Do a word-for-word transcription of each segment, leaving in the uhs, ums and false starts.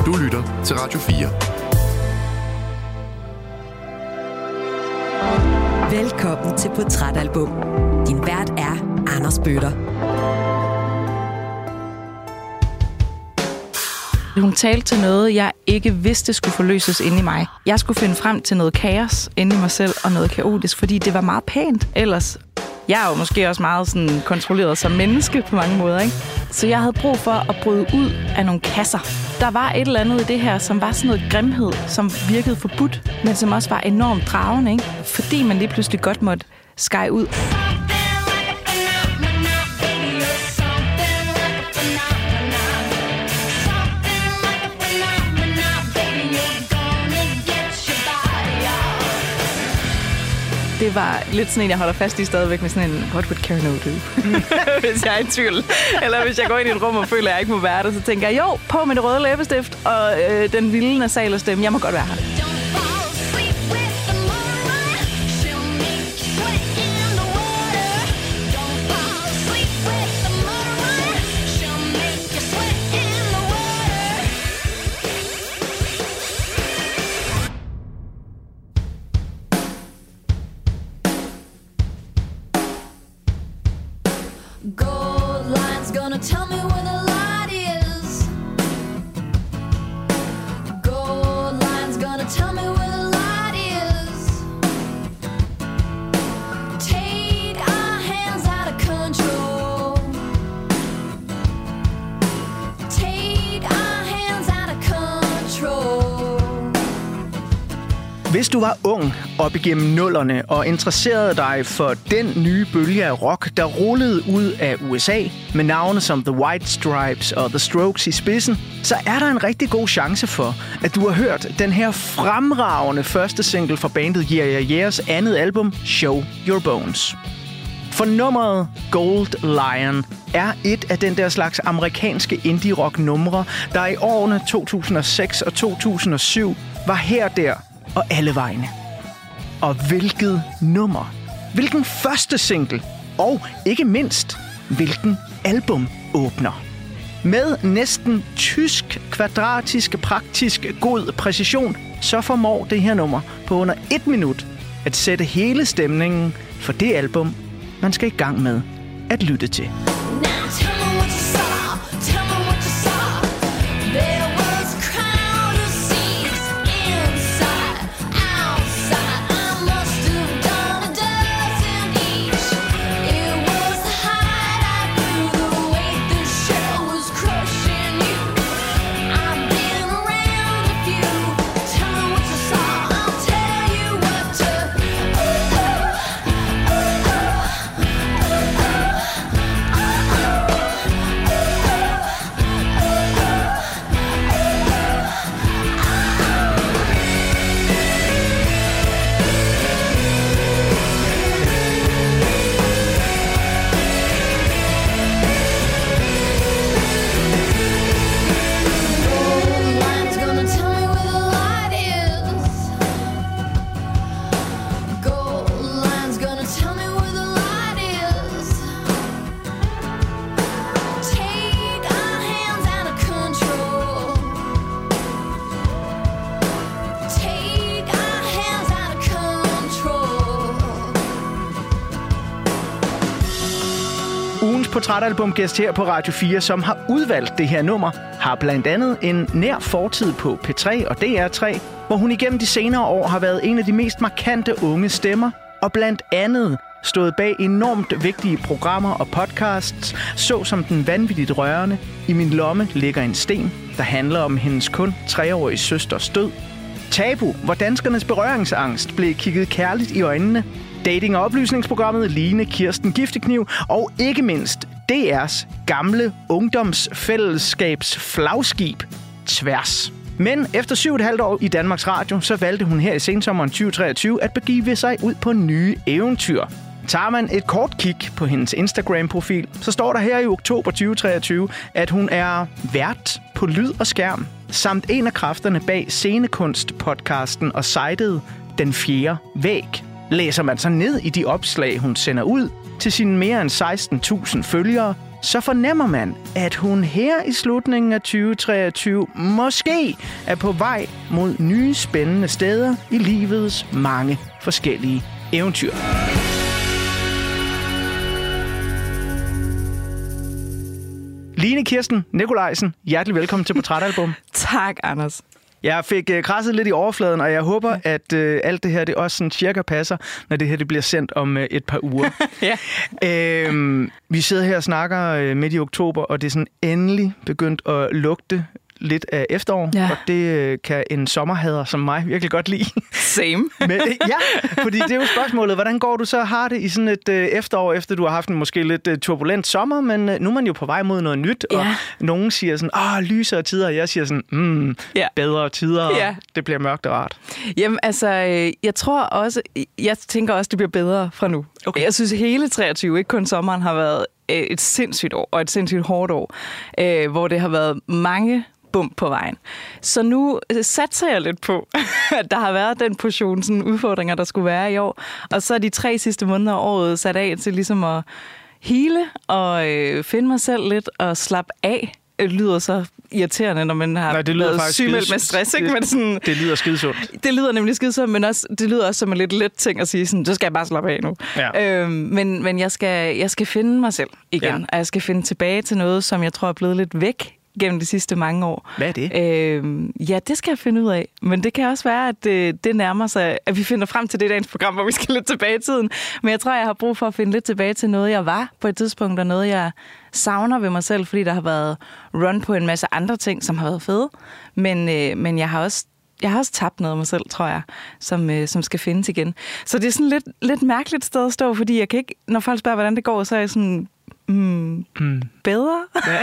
Du lytter til Radio fire. Velkommen til Portrætalbum. Din vært er Anders Bøtter. Hun talte til noget, jeg ikke vidste skulle forløses inde i mig. Jeg skulle finde frem til noget kaos inde i mig selv og noget kaotisk, fordi det var meget pænt ellers. Jeg er jo måske også meget sådan kontrolleret som menneske på mange måder, ikke? Så jeg havde brug for at bryde ud af nogle kasser. Der var et eller andet i det her, som var sådan noget grimhed, som virkede forbudt, men som også var enormt dragende, ikke? Fordi man lige pludselig godt måtte skære ud. Det var lidt sådan en, jeg holder fast i stadigvæk med sådan en what would Karen do? Hvis jeg er i tvivl. Eller hvis jeg går ind i et rum og føler, at jeg ikke må være der, så tænker jeg, jo, på med det røde læbestift og øh, den vilde nasale stemme. Jeg må godt være her. Hvis du var ung op igennem nullerne og interesserede dig for den nye bølge af rock, der rullede ud af U S A med navne som The White Stripes og The Strokes i spidsen, så er der en rigtig god chance for, at du har hørt den her fremragende første single fra bandet Yeah Yeah Yeahs andet album, Show Your Bones. For nummeret Gold Lion er et af den der slags amerikanske indie-rock-numre, der i årene to tusind og seks og to tusind og syv var her der og alle vegne. Og hvilket nummer, hvilken første single, og ikke mindst, hvilken album åbner. Med næsten tysk, kvadratisk, praktisk, god præcision, så formår det her nummer på under et minut at sætte hele stemningen for det album, man skal i gang med at lytte til. Portrætalbumgæst her på Radio fire, som har udvalgt det her nummer, har blandt andet en nær fortid på P tre og D R tre, hvor hun igennem de senere år har været en af de mest markante unge stemmer, og blandt andet stået bag enormt vigtige programmer og podcasts, såsom den vanvittigt rørende I min lomme ligger en sten, der handler om hendes kun treårige søsters død. Tabu, hvor danskernes berøringsangst blev kigget kærligt i øjnene. Dating- og oplysningsprogrammet Line Kirsten Giftekniv, og ikke mindst D R's gamle ungdomsfællesskabs flagskib, Tværs. Men efter syv og et halvt år i Danmarks Radio, så valgte hun her i sensommeren tyve treogtyve at begive sig ud på nye eventyr. Tager man et kort kig på hendes Instagram-profil, så står der her i oktober tyve treogtyve, at hun er vært på lyd og skærm, samt en af kræfterne bag Scenekunst-podcasten og sitet Den Fjerde Væg. Læser man så ned i de opslag, hun sender ud til sine mere end seksten tusind følgere, så fornemmer man, at hun her i slutningen af tyve treogtyve måske er på vej mod nye spændende steder i livets mange forskellige eventyr. Line Kirsten Nikolajsen, hjertelig velkommen til Portrætalbum. Tak, Anders. Jeg fik uh, krasset lidt i overfladen, og jeg håber, ja. at uh, alt det her det også sådan cirka passer, når det her det bliver sendt om uh, et par uger. ja. øhm, vi sidder her og snakker uh, midt i oktober, og det er sådan endelig begyndt at lugte lidt af efterår, ja. og det uh, kan en sommerhader som mig virkelig godt lide. Same. Men, ja, fordi det er jo spørgsmålet, hvordan går du så har det i sådan et uh, efterår, efter du har haft en måske lidt uh, turbulent sommer, men uh, nu er man jo på vej mod noget nyt, ja. og nogen siger sådan, åh, lysere tider, og jeg siger sådan, mm, ja. bedre tider, ja. det bliver mørkt og rart. Jamen, altså, jeg tror også, jeg tænker også, det bliver bedre fra nu. Okay. Jeg synes, hele treogtyve, ikke kun sommeren, har været et sindssygt år, og et sindssygt hårdt år, øh, hvor det har været mange bump på vejen. Så nu satser jeg lidt på, at der har været den portion sådan udfordringer, der skulle være i år. Og så er de tre sidste måneder af året sat af til ligesom at hele og øh, finde mig selv lidt og slappe af. Det lyder så irriterende, når man har Nej, været sygemeldt med stress. Ikke? Det, men sådan, det lyder skidesundt. Det lyder nemlig skidesundt, men også, det lyder også som en lidt let ting at sige, sådan, så skal jeg bare slappe af nu. Ja. Øhm, men men jeg, skal, jeg skal finde mig selv igen, ja. og jeg skal finde tilbage til noget, som jeg tror er blevet lidt væk gennem de sidste mange år. Hvad er det? Øh, ja, det skal jeg finde ud af. Men det kan også være, at det, det nærmer sig, at vi finder frem til det dagens program, hvor vi skal lidt tilbage i tiden. Men jeg tror, jeg har brug for at finde lidt tilbage til noget, jeg var på et tidspunkt, og noget, jeg savner ved mig selv, fordi der har været run på en masse andre ting, som har været fede. Men, øh, men jeg har også Jeg har også tabt noget af mig selv, tror jeg, som, øh, som skal findes igen. Så det er sådan lidt, lidt mærkeligt sted at stå, fordi jeg kan ikke, når folk spørger, hvordan det går, så er jeg sådan, mm, mm. bedre. Ja.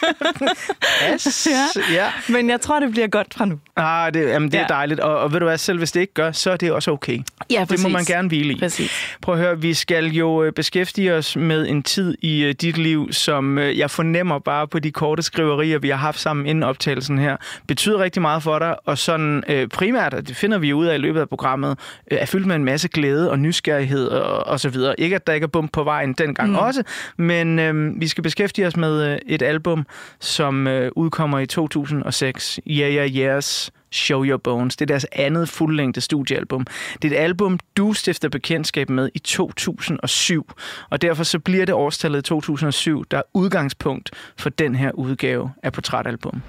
yes. ja. ja. Men jeg tror, det bliver godt fra nu. Ah, det, jamen, det ja. er dejligt. Og, og ved du hvad, selv hvis det ikke gør, så er det også okay. Ja, det må man gerne hvile i. Præcis. Prøv at høre, vi skal jo beskæftige os med en tid i uh, dit liv, som uh, jeg fornemmer bare på de korte skriverier, vi har haft sammen inden optagelsen her, betyder rigtig meget for dig, og sådan uh, primært, og det finder vi ud af i løbet af programmet, uh, er fyldt med en masse glæde og nysgerrighed og, og så videre. Ikke at der ikke er bump på vejen dengang mm. også, men uh, vi skal beskæftige os med uh, et album, som uh, udkommer i to tusind og seks. Yeah, yeah, yes. Show Your Bones. Det er deres andet fuldlængde studiealbum. Det er et album, du stifter bekendtskab med i to tusind og syv, og derfor så bliver det årstallet to tusind og syv, der er udgangspunkt for den her udgave af Portrætalbum.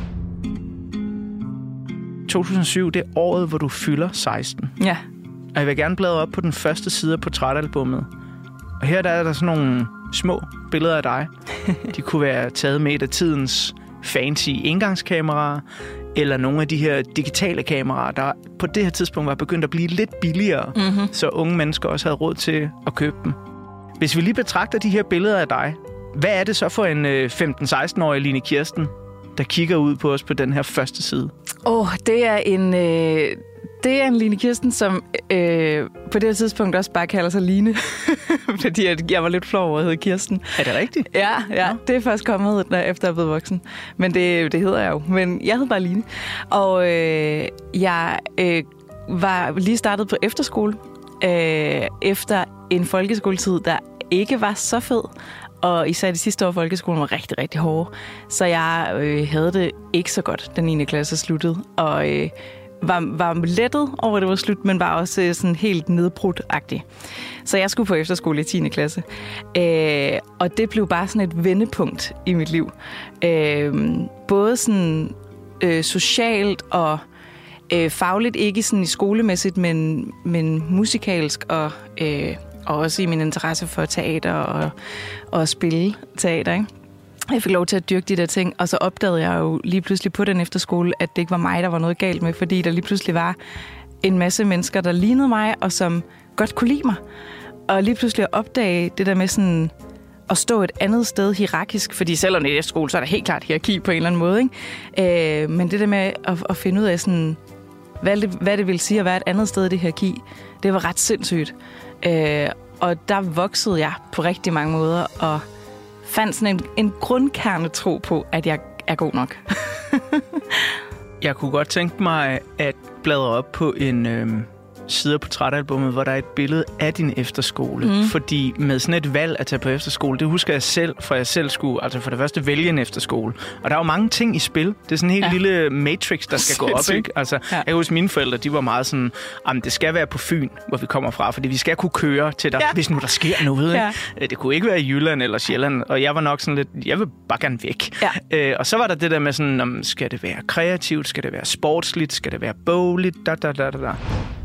to tusind og syv, det er året, hvor du fylder seksten. Ja. Og jeg vil gerne bladre op på den første side af Portrætalbummet. Og her der er der sådan nogle små billeder af dig. De kunne være taget med et af tidens fancy engangskameraer, eller nogle af de her digitale kameraer, der på det her tidspunkt var begyndt at blive lidt billigere, mm-hmm. så unge mennesker også havde råd til at købe dem. Hvis vi lige betragter de her billeder af dig, hvad er det så for en femten-seksten-årig Line Kirsten, der kigger ud på os på den her første side? Åh, oh, det er en... Øh Det er en Line Kirsten, som øh, på det her tidspunkt også bare kalder sig Line. Fordi at jeg var lidt flov over at hedde Kirsten. Er det rigtigt? Ja, ja, det er først kommet, efter jeg er blevet voksen. Men det, det hedder jeg jo. Men jeg hed bare Line. Og øh, jeg øh, var lige startet på efterskole. Øh, efter en folkeskoletid, der ikke var så fed. Og især de sidste år af folkeskolen var rigtig, rigtig hårde. Så jeg øh, havde det ikke så godt, den niende klasse sluttede. Og... Øh, Var, var lettet over, at det var slut, men var også sådan helt nedbrudt-agtig. Så jeg skulle på efterskole i tiende klasse. Øh, og det blev bare sådan et vendepunkt i mit liv. Øh, både sådan øh, socialt og øh, fagligt, ikke sådan i skolemæssigt, men, men musikalsk og, øh, og også i min interesse for teater og, og spille teater, ikke? Jeg fik lov til at dyrke de der ting, og så opdagede jeg jo lige pludselig på den efterskole, at det ikke var mig, der var noget galt med, fordi der lige pludselig var en masse mennesker, der lignede mig, og som godt kunne lide mig. Og lige pludselig at opdage det der med sådan at stå et andet sted hierarkisk, fordi selvom det er efterskole, så er der helt klart hierarki på en eller anden måde, ikke? Øh, men det der med at, at finde ud af, sådan, hvad, det, hvad det vil sige at være et andet sted i det hierarki, det var ret sindssygt. Øh, og der voksede jeg på rigtig mange måder, og fandt sådan en, en grundkerne tro på, at jeg er god nok. Jeg kunne godt tænke mig at bladre op på en, øh, side af portrætalbummet, hvor der er et billede af din efterskole. Mm. Fordi med sådan et valg at tage på efterskole, det husker jeg selv, for jeg selv skulle, altså for det første, vælge en efterskole. Og der er jo mange ting i spil. Det er sådan en helt ja. lille matrix, der skal gå op, ikke? Altså, ja. Jeg husker, mine forældre, de var meget sådan, jamen, det skal være på Fyn, hvor vi kommer fra, fordi vi skal kunne køre til der, ja. hvis nu der sker noget. Ja. Ikke? Det kunne ikke være i Jylland eller Sjælland, og jeg var nok sådan lidt, jeg vil bare gerne væk. Ja. Øh, og så var der det der med sådan, om, skal det være kreativt, skal det være sportsligt, skal det være bogligt, da, da, da, da, da.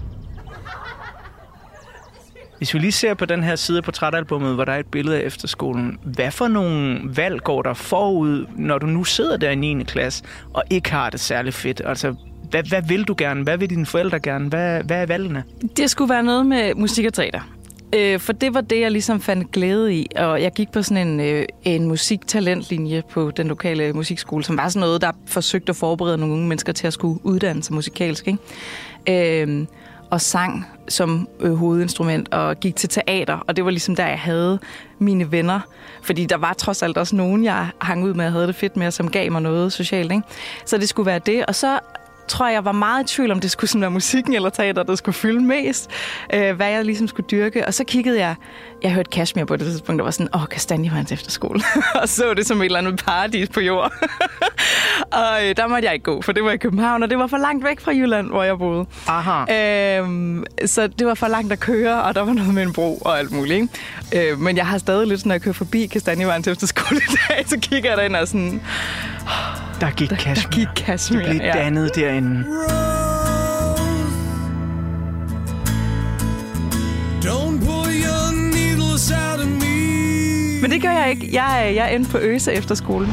Hvis vi lige ser på den her side af portrætalbummet, hvor der er et billede af efterskolen, hvad for nogle valg går der forud, når du nu sidder der i niende klasse og ikke har det særlig fedt? Altså, hvad, hvad vil du gerne? Hvad vil dine forældre gerne? Hvad, hvad er valgene? Det skulle være noget med musik og teater. Øh, for det var det, jeg ligesom fandt glæde i, og jeg gik på sådan en, øh, en musiktalentlinje på den lokale musikskole, som var sådan noget, der forsøgte at forberede nogle unge mennesker til at skulle uddanne sig musikalsk, ikke? Øh, og sang som øh, hovedinstrument, og gik til teater, og det var ligesom der, jeg havde mine venner, fordi der var trods alt også nogen, jeg hang ud med, og havde det fedt med, som gav mig noget socialt, ikke? Så det skulle være det, og så tror jeg, jeg var meget i tvivl, om det skulle sådan være musikken eller teater, der skulle fylde mest, øh, hvad jeg ligesom skulle dyrke. Og så kiggede jeg, jeg hørte Kashmir på det tidspunkt, der var sådan, åh, Kastanjevejens efterskole. Og så det som et eller andet paradis på jord. Og øh, der måtte jeg ikke gå, for det var i København, og det var for langt væk fra Jylland, hvor jeg boede. Aha. Øh, så det var for langt at køre, og der var noget med en bro og alt muligt, ikke? Øh, men jeg har stadig lidt, når jeg kører forbi Kastanjevejens efterskole i dag, så kigger jeg derind og sådan... Der gik Kashmir. Der gik Kashmir, det blev ja. dannet derinde. Don't pull your needles out of me. Men det gør jeg ikke. Jeg, jeg endte på Øse efterskolen,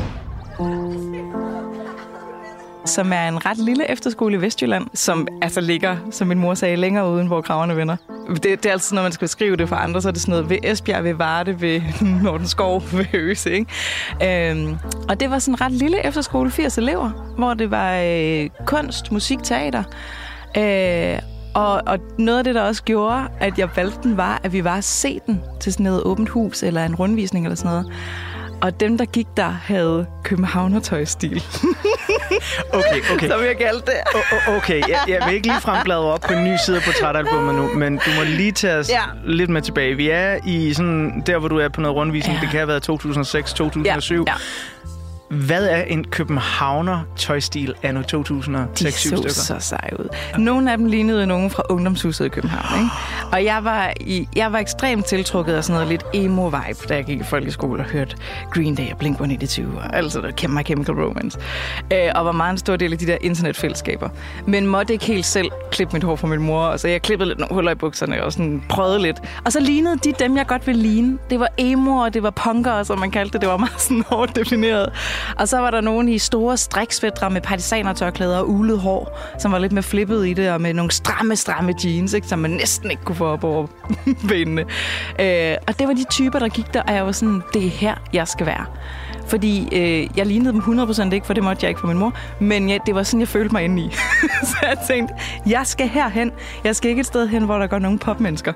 som er en ret lille efterskole i Vestjylland, som altså ligger, som min mor sagde, længere uden, hvor kraverne vender. Det, det er altid, når man skal beskrive det for andre, så er det sådan noget ved Esbjerg, ved Varde, ved Nordenskov, ved Øse, ikke? Øhm, og det var sådan en ret lille efterskole, firs elever, hvor det var øh, kunst, musik, teater. Øh, og, og noget af det, der også gjorde, at jeg valgte den, var, at vi var at se den til sådan noget åbent hus, eller en rundvisning, eller sådan noget. Og dem, der gik der, havde københavnertøjstil. Okay, okay. Som jeg kaldte det. O- o- okay, jeg, jeg vil ikke lige frembladre op på en ny side af portrætalbummet nu, men du må lige tage os ja. lidt med tilbage. Vi er i sådan, der, hvor du er på noget rundvisning. Ja. Det kan have været to tusind og seks til to tusind og syv. Ja. Ja. Hvad er en københavner-tøjstil anno to tusind og seks syv stykker? De så så seje ud. Nogle af dem lignede nogen fra ungdomshuset i København, ikke? Og jeg var, i, jeg var ekstremt tiltrukket af sådan noget lidt emo-vibe, da jeg gik i folkeskole og hørte Green Day og Blink et et to og alt sådan noget, My Chemical Romance. Øh, og var meget en stor del af de der internetfællesskaber. Men måtte ikke helt selv klippe mit hår fra min mor, og så jeg klippede lidt nogle huller i bukserne og sådan prøvede lidt. Og så lignede de dem, jeg godt ville ligne. Det var emo, og det var punkere, som man kaldte det. Det var meget sådan hårdt defineret. Og så var der nogen i store striksvætre med partisanertørklæder og ulet hår, som var lidt mere flippet i det, og med nogle stramme, stramme jeans, ikke, som man næsten ikke kunne få op over benene. Øh, og det var de typer, der gik der, og jeg var sådan, det er her, jeg skal være. Fordi øh, jeg lignede dem hundrede procent ikke, for det måtte jeg ikke for min mor, men ja, det var sådan, jeg følte mig inde i. Så jeg tænkte, jeg skal herhen. Jeg skal ikke et sted hen, hvor der går nogle popmennesker.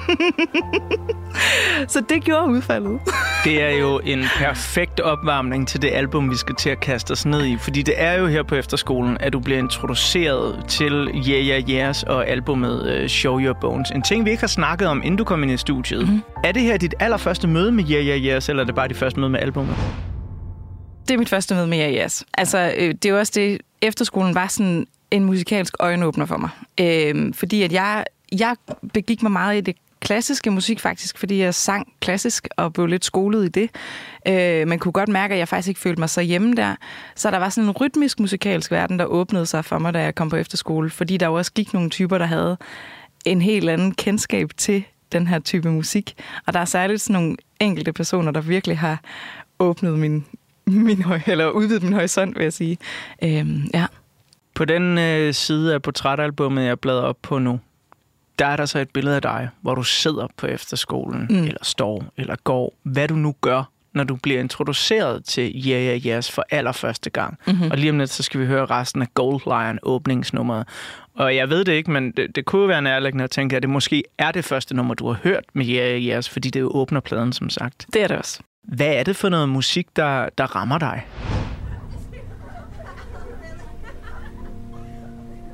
Så det gjorde udfaldet. Det er jo en perfekt opvarmning til det album, vi skal til at kaste os ned i. Fordi det er jo her på efterskolen, at du bliver introduceret til Yeah Yeah Yeahs og albumet uh, Show Your Bones. En ting, vi ikke har snakket om, inden du kom ind i studiet. Mm-hmm. Er det her dit allerførste møde med Yeah Yeah Yeahs, eller er det bare dit første møde med albumet? Det er mit første møde med Yeah Yeahs. Altså, øh, det er jo også det, efterskolen var sådan en musikalsk øjenåbner for mig. Øh, fordi at jeg, jeg begik mig meget i det klassiske musik faktisk, fordi jeg sang klassisk og blev lidt skolet i det. Øh, man kunne godt mærke, at jeg faktisk ikke følte mig så hjemme der. Så der var sådan en rytmisk musikalsk verden, der åbnede sig for mig, da jeg kom på efterskole. Fordi der også gik nogle typer, der havde en helt anden kendskab til den her type musik. Og der er særligt sådan nogle enkelte personer, der virkelig har åbnet min, min høj, eller udvidet min horisont, vil jeg sige. Øh, ja. På den øh, side af portrætalbummet, jeg bladrer op på nu, der er der så et billede af dig, hvor du sidder på efterskolen, mm. eller står, eller går. Hvad du nu gør, når du bliver introduceret til Yeah Yeah Yeahs for allerførste gang. Mm-hmm. Og lige om lidt, så skal vi høre resten af Gold Lion, åbningsnummeret. Og jeg ved det ikke, men det, det kunne være nærliggende at tænke, at det måske er det første nummer, du har hørt med Yeah Yeah Yeahs, fordi det jo åbner pladen, som sagt. Det er det også. Hvad er det for noget musik, der, der rammer dig?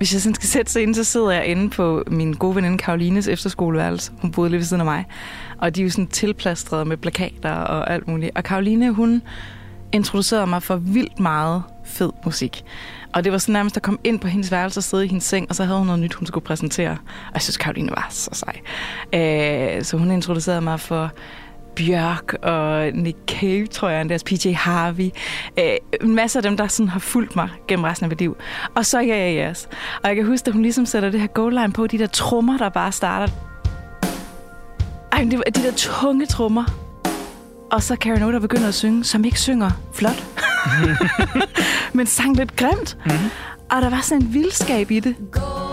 Hvis jeg sådan skal sætte scenen, så sidder jeg inde på min gode veninde Karolines efterskoleværelse. Hun boede lige ved siden af mig. Og de er jo sådan tilplastrede med plakater og alt muligt. Og Karoline, hun introducerede mig for vildt meget fed musik. Og det var sådan nærmest at komme ind på hendes værelse og sidde i hendes seng, og så havde hun noget nyt, hun skulle præsentere. Og jeg synes, Karoline var så sej. Øh, så hun introducerede mig for Bjørk og Nick Cave, tror jeg, deres P J Harvey. Øh, en masse af dem, der sådan har fulgt mig gennem resten af mit liv. Og så ja, ja, yes. Og jeg kan huske, at hun ligesom sætter det her goalline på, de der trommer, der bare starter. Ej, det var de der tunge trommer. Og så Karen O, der begynder at synge, som ikke synger flot, men sang lidt grimt. Mm-hmm. Og der var sådan en vildskab i det.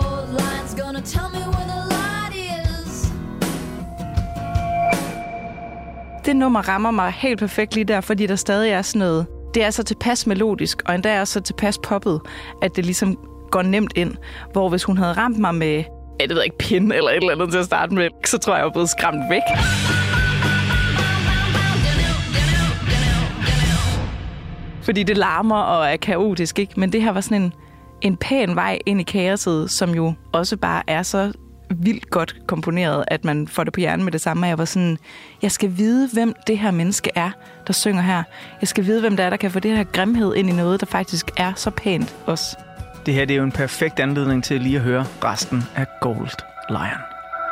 Det nummer rammer mig helt perfekt lige der, fordi der stadig er sådan noget. Det er så tilpas melodisk, og endda er så tilpas poppet, at det ligesom går nemt ind. Hvor hvis hun havde ramt mig med, jeg ved ikke, pin eller et eller andet til at starte med, så tror jeg, jeg var blevet skræmt væk. Fordi det larmer og er kaotisk, ikke? Men det her var sådan en, en pæn vej ind i kaoset, som jo også bare er så vildt godt komponeret, at man får det på hjernen med det samme. Jeg var sådan, jeg skal vide, hvem det her menneske er, der synger her. Jeg skal vide, hvem der er, der kan få det her grimhed ind i noget, der faktisk er så pænt også. Det her det er jo en perfekt anledning til lige at høre resten af Gold Lion.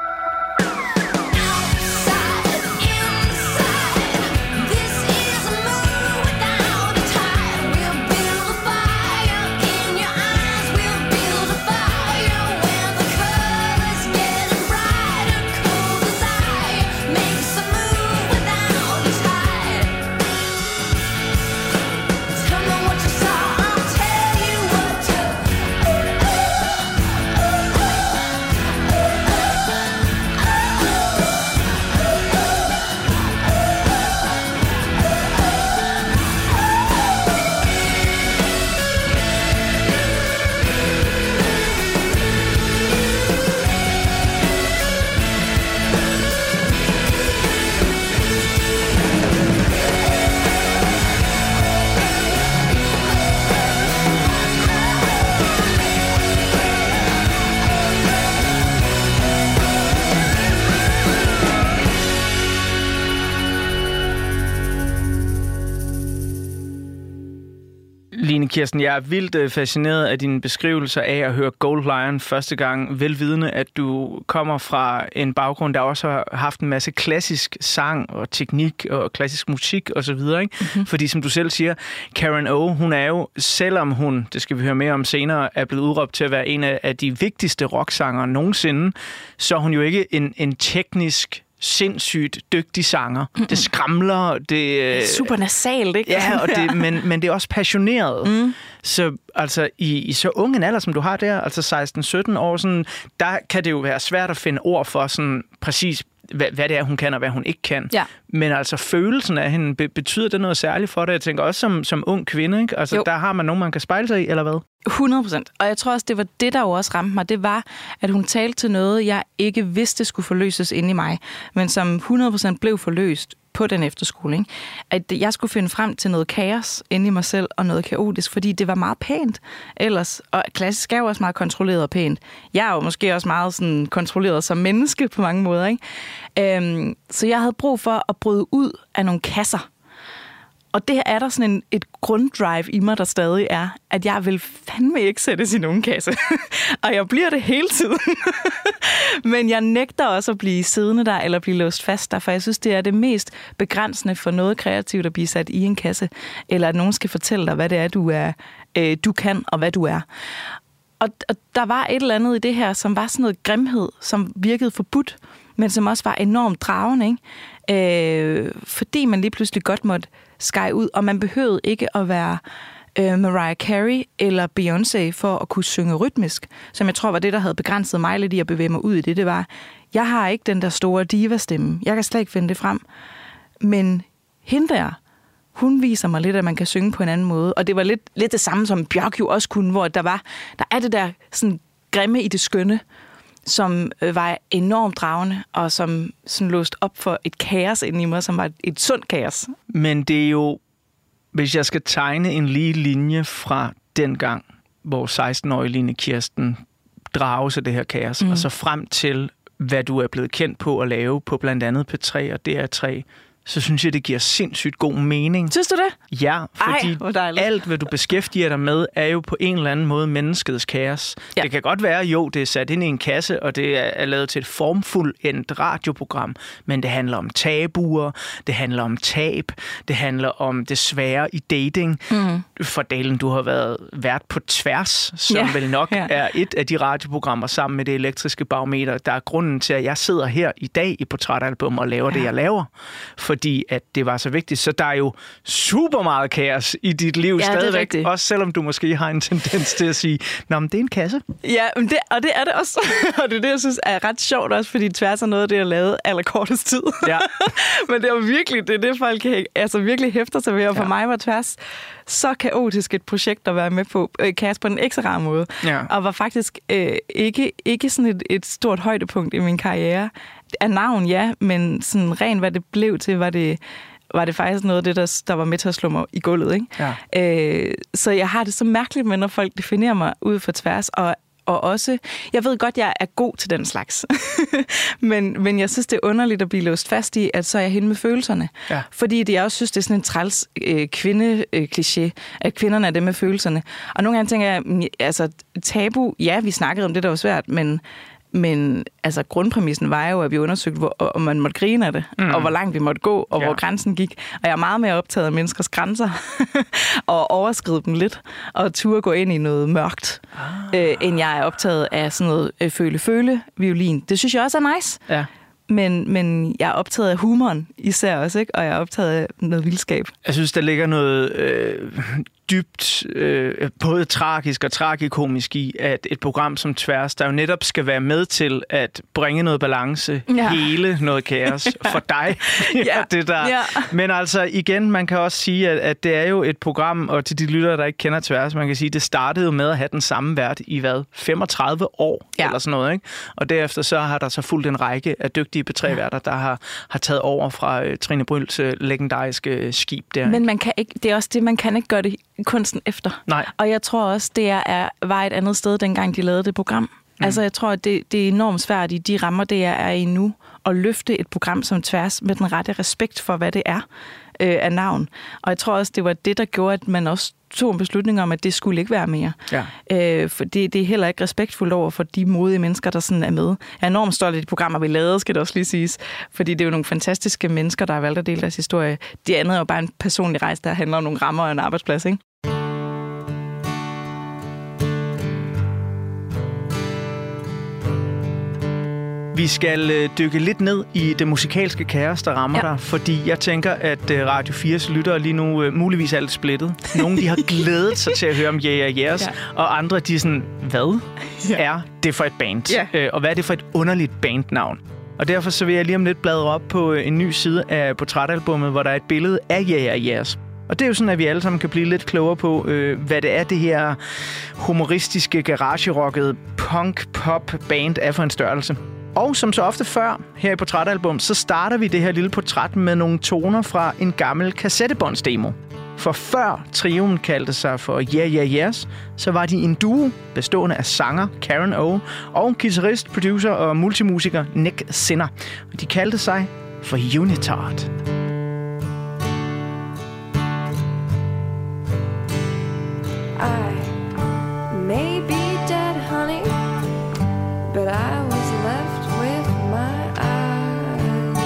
Line Kirsten, jeg er vildt fascineret af dine beskrivelser af at høre Gold Lion første gang, velvidende, at du kommer fra en baggrund, der også har haft en masse klassisk sang og teknik og klassisk musik osv., ikke? Mm-hmm. Fordi som du selv siger, Karen O, hun er jo, selvom hun, det skal vi høre mere om senere, er blevet udråbt til at være en af de vigtigste rocksanger nogensinde, så er hun jo ikke en, en teknisk sindssygt dygtig sanger. Mm-mm. Det skramler, det super nasalt, ikke? Ja, og det, men, men det er også passioneret. Mm. Så altså i, i så ung en alder, som du har der, altså seksten sytten år, sådan, der kan det jo være svært at finde ord for sådan præcis, hvad, hvad det er, hun kan, og hvad hun ikke kan. Ja. Men altså følelsen af hende, be, betyder det noget særligt for dig? Jeg tænker også som, som ung kvinde, ikke? Altså, der har man nogen, man kan spejle sig i, eller hvad? hundrede procent. Og jeg tror også, det var det, der jo også ramte mig. Det var, at hun talte til noget, jeg ikke vidste skulle forløses inde i mig, men som hundrede procent blev forløst på den efterskole. Ikke? At jeg skulle finde frem til noget kaos inde i mig selv, og noget kaotisk, fordi det var meget pænt ellers. Og klassisk er jo også meget kontrolleret og pænt. Jeg er jo måske også meget sådan kontrolleret som menneske på mange måder. Ikke? Øhm, så jeg havde brug for at bryde ud af nogle kasser. Og det er der sådan en, et grunddrive i mig, der stadig er, at jeg vil fandme ikke sættes i nogen kasse. Og jeg bliver det hele tiden. Men jeg nægter også at blive siddende der, eller blive låst fast der, for jeg synes, det er det mest begrænsende for noget kreativt at blive sat i en kasse, eller at nogen skal fortælle dig, hvad det er, du, er, øh, du kan, og hvad du er. Og, og der var et eller andet i det her, som var sådan noget grimhed, som virkede forbudt, men som også var enormt dragende, ikke? Øh, fordi man lige pludselig godt måtte skære ud, og man behøvede ikke at være øh, Mariah Carey eller Beyoncé for at kunne synge rytmisk, som jeg tror var det, der havde begrænset mig lidt i at bevæge mig ud i det. Det var, jeg har ikke den der store diva-stemme. Jeg kan slet ikke finde det frem. Men hende der, hun viser mig lidt, at man kan synge på en anden måde. Og det var lidt, lidt det samme, som Bjørk jo også kunne, hvor der var, der er det der sådan grimme i det skønne, som var enormt dragende, og som sådan låst op for et kaos inde i mig, som var et, et sundt kaos. Men det er jo, hvis jeg skal tegne en lige linje fra den gang, hvor seksten-årige Line Kirsten drages af det her kaos, mm. og så frem til, hvad du er blevet kendt på at lave på blandt andet P tre og D R tre, så synes jeg, det giver sindssygt god mening. Synes du det? Ja, fordi Ej, alt, hvad du beskæftiger dig med, er jo på en eller anden måde menneskets kaos. Ja. Det kan godt være, jo, det er sat ind i en kasse, og det er lavet til et formfuldendt radioprogram, men det handler om tabuer, det handler om tab, det handler om det svære i dating. Mm. For delen, du har været vært på Tværs, som ja. vel nok ja. er et af de radioprogrammer sammen med Det Elektriske Barometer, der er grunden til, at jeg sidder her i dag i Portrætalbum og laver ja. det, jeg laver. For fordi at det var så vigtigt. Så der er jo super meget kaos i dit liv ja, stadigvæk. Også selvom du måske har en tendens til at sige, nå, men det er en kasse. Ja, men det, og det er det også. Og det er det, jeg synes er ret sjovt også, fordi Tværs er noget af det, jeg lavede allerkortest tid. Ja. Men det er virkelig det, er det folk kan, altså virkelig hæfter sig ved. Og for ja. mig var Tværs så kaotisk et projekt at være med på. Øh, kaos på en ekstra rar måde. Ja. Og var faktisk øh, ikke, ikke sådan et, et stort højdepunkt i min karriere. Af navn, ja, men sådan rent hvad det blev til, var det, var det faktisk noget af det, der, der var med til at slå mig i gulvet. Ikke? Ja. Øh, så jeg har det så mærkeligt med, når folk definerer mig ud for Tværs, og Og også, jeg ved godt, jeg er god til den slags, men, men jeg synes, det er underligt at blive låst fast i, at så er jeg hende med følelserne. Ja. Fordi det, jeg også synes, det er sådan en træls øh, kvinde-kliché, øh, at kvinderne er det med følelserne. Og nogle gange tænker jeg, altså tabu, ja, vi snakkede om det, der var svært, men Men altså, grundpræmissen var jo, at vi undersøgte, hvor, om man måtte grine af det, mm. og hvor langt vi måtte gå, og ja. hvor grænsen gik. Og jeg er meget mere optaget af menneskers grænser, og overskride dem lidt, og turde gå ind i noget mørkt, ah. øh, end jeg er optaget af sådan noget øh, føle-føle-violin. Det synes jeg også er nice. Ja. Men, men jeg er optaget af humoren især også, ikke? Og jeg er optaget af noget vildskab. Jeg synes, der ligger noget øh, dybt, øh, både tragisk og tragikomisk i, at et program som Tværs, der jo netop skal være med til at bringe noget balance, ja. hele noget kaos ja. for dig. ja, det der. Ja. Men altså igen, man kan også sige, at, at det er jo et program, og til de lyttere, der ikke kender Tværs, man kan sige, det startede jo med at have den samme vært i hvad? femogtredive år ja. eller sådan noget, ikke? Og derefter så har der så fulgt en række af dygtige P tre-værter, der har, har taget over fra uh, Trine Bryls uh, legendariske skib der. Men man kan ikke, det er også det, man kan ikke gøre det kunsten efter. Nej. Og jeg tror også, det er, var et andet sted, dengang de lavede det program. Mm. Altså, jeg tror, at det, det er enormt svært i de rammer, det jeg er i nu, at løfte et program som Tværs med den rette respekt for, hvad det er øh, af navn. Og jeg tror også, det var det, der gjorde, at man også tog en beslutning om, at det skulle ikke være mere. Ja. Øh, for det, det er heller ikke respektfuldt over for de modige mennesker, der sådan er med. Jeg er enormt stolt af de programmer, vi lavede, skal det også lige siges. Fordi det er jo nogle fantastiske mennesker, der har valgt at dele deres historie. Det andet er jo bare en personlig rejse, der handler om nogle rammer og en arbejdsplads, ikke? Vi skal øh, dykke lidt ned i det musikalske kaos, der rammer ja. dig, fordi jeg tænker, at øh, Radio fires lyttere lige nu øh, muligvis er lidt splittet. Nogle, de har glædet sig til at høre om Yeah Yeah Yeahs, ja. og andre, de er sådan, hvad ja. er det for et band? Ja. Øh, og hvad er det for et underligt bandnavn? Og derfor så vil jeg lige om lidt bladre op på en ny side af Portrætalbummet, hvor der er et billede af Yeah Yeah Yeahs. Og det er jo sådan, at vi alle sammen kan blive lidt klogere på, øh, hvad det er, det her humoristiske, garagerockede punk-pop-band er for en størrelse. Og som så ofte før her i Portrætalbum, så starter vi det her lille portræt med nogle toner fra en gammel kassettebåndsdemo. For før trioen kaldte sig for Yeah Yeah Yeahs, så var de en duo bestående af sanger Karen O og guitarist, producer og multimusiker Nick Sinner. Og de kaldte sig for Unitard. I may be dead, honey, but I was left with my eyes.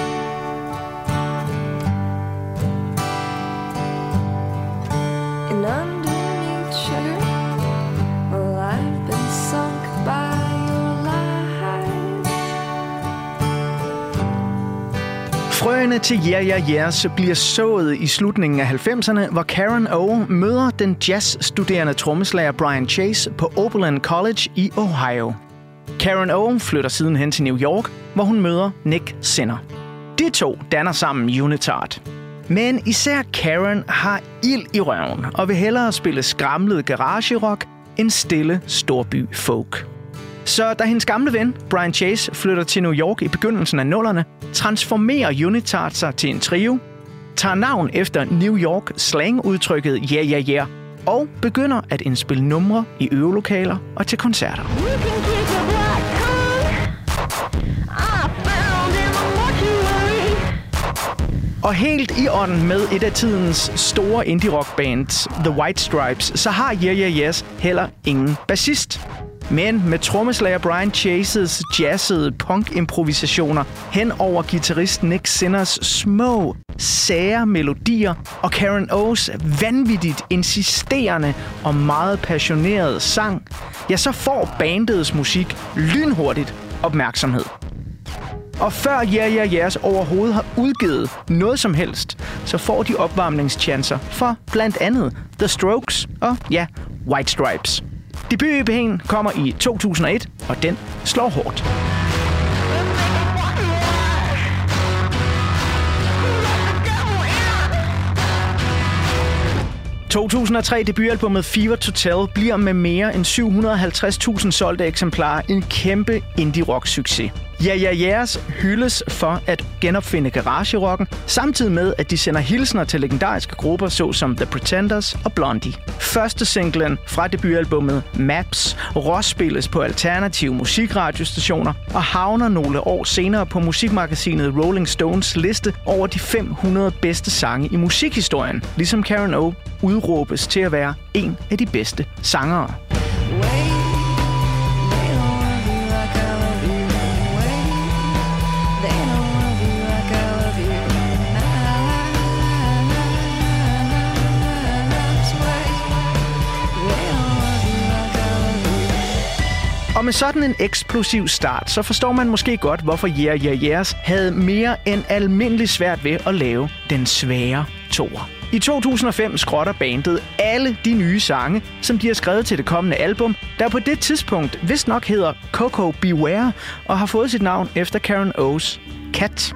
And underneath sugar, well, I've been sunk by your lies. Frøene til Yeah Yeah Yeahs bliver sået i slutningen af halvfemserne, hvor Karen O møder den jazzstuderende trommeslager Brian Chase på Oberlin College i Ohio. Karen O flytter siden hen til New York, hvor hun møder Nick Sinner. De to danner sammen Unitard. Men især Karen har ild i røven og vil hellere spille skramlet garagerock end stille storby folk. Så da hendes gamle ven, Brian Chase, flytter til New York i begyndelsen af nullerne, transformerer Unitard sig til en trio, tager navn efter New York slangudtrykket Yeah Yeah Yeah, og begynder at indspille numre i øvelokaler og til koncerter. Og helt i ånden med et af tidens store indie-rock-bands, The White Stripes, så har Yeah Yeah Yeahs heller ingen bassist. Men med trommeslager Brian Chases jazzede punk-improvisationer hen over guitarist Nick Sinners små, sære melodier og Karen O's vanvittigt insisterende og meget passionerede sang, ja, så får bandets musik lynhurtigt opmærksomhed. Og før Yeah Yeah Yeahs overhovedet har udgivet noget som helst, så får de opvarmningschancer for blandt andet The Strokes og, ja, White Stripes. Debut-E P'en kommer i to tusind og et, og den slår hårdt. to tusind og tre debutalbummet Fever to Tell bliver med mere end syv hundrede og halvtreds tusind solgte eksemplarer en kæmpe indie-rock-succes. Yeah Yeah Yeahs hyldes for at genopfinde garagerocken, samtidig med, at de sender hilsner til legendariske grupper såsom The Pretenders og Blondie. Første singlen fra debutalbummet Maps råspilles på alternative musikradiostationer og havner nogle år senere på musikmagasinet Rolling Stones liste over de fem hundrede bedste sange i musikhistorien, ligesom Karen O udråbes til at være en af de bedste sangere. Og med sådan en eksplosiv start, så forstår man måske godt, hvorfor Yeah Yeah Yeahs havde mere end almindeligt svært ved at lave den svære toer. I to tusind og fem skrotter bandet alle de nye sange, som de har skrevet til det kommende album, der på det tidspunkt vist nok hedder Coco Beware og har fået sit navn efter Karen O's kat.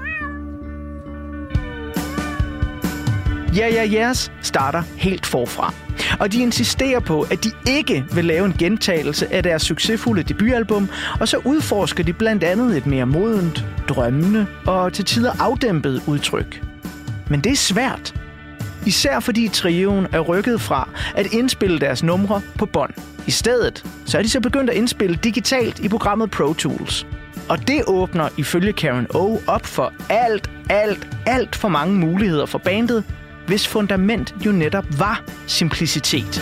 Yeah Yeah Yeahs starter helt forfra. Og de insisterer på, at de ikke vil lave en gentagelse af deres succesfulde debutalbum, og så udforsker de blandt andet et mere modent, drømmende og til tider afdæmpet udtryk. Men det er svært. Især fordi trioen er rykket fra at indspille deres numre på bånd. I stedet så er de så begyndt at indspille digitalt i programmet Pro Tools. Og det åbner ifølge Karen O op for alt, alt, alt for mange muligheder for bandet, hvis fundament jo netop var simplicitet.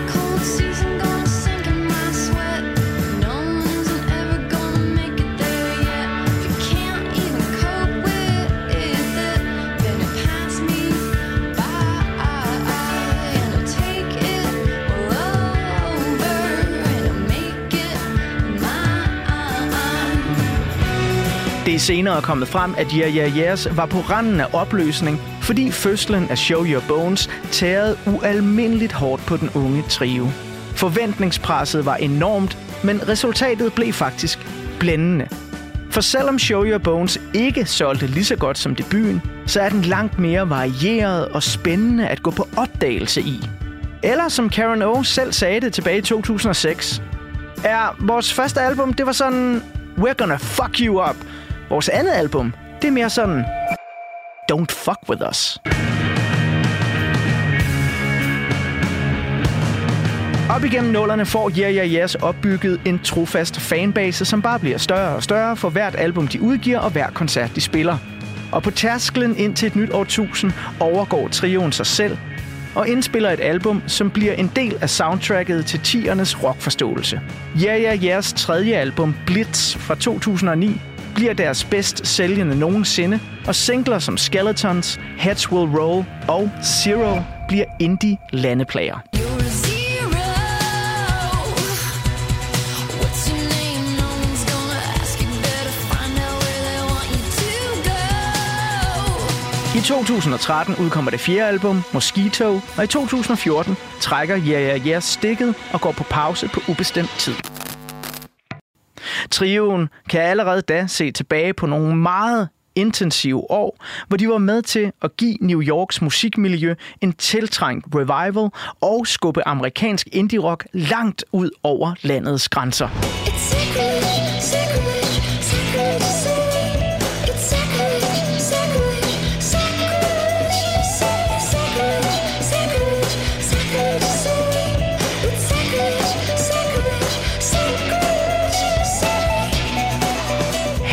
Det er senere kommet frem, at Yeah Yeah Yeahs var på randen af opløsning, fordi fødslen af Show Your Bones tærede ualmindeligt hårdt på den unge trio. Forventningspresset var enormt, men resultatet blev faktisk blændende. For selvom Show Your Bones ikke solgte lige så godt som debuten, så er den langt mere varieret og spændende at gå på opdagelse i. Eller som Karen O selv sagde det tilbage i to tusind og seks. Er vores første album, det var sådan, we're gonna fuck you up. Vores andet album, det er mere sådan, don't fuck with us. Op igennem nullerne får Yeah Yeah Yeahs opbygget en trofast fanbase, som bare bliver større og større for hvert album, de udgiver og hver koncert, de spiller. Og på tærsklen ind til et nyt årtusind overgår trioen sig selv og indspiller et album, som bliver en del af soundtracket til tiernes rockforståelse. Yeah Yeah Yeahs tredje album, Blitz fra to tusind og ni, bliver deres bedst sælgende nogensinde, og singler som Skeletons, Heads Will Roll og Zero bliver indie-landeplager. I to tusind og tretten udkommer det fjerde album, Mosquito, og i to tusind og fjorten trækker Yeah Yeah Yeahs stikket og går på pause på ubestemt tid. Trioen kan allerede da se tilbage på nogle meget intensive år, hvor de var med til at give New Yorks musikmiljø en tiltrængt revival og skubbe amerikansk indie-rock langt ud over landets grænser.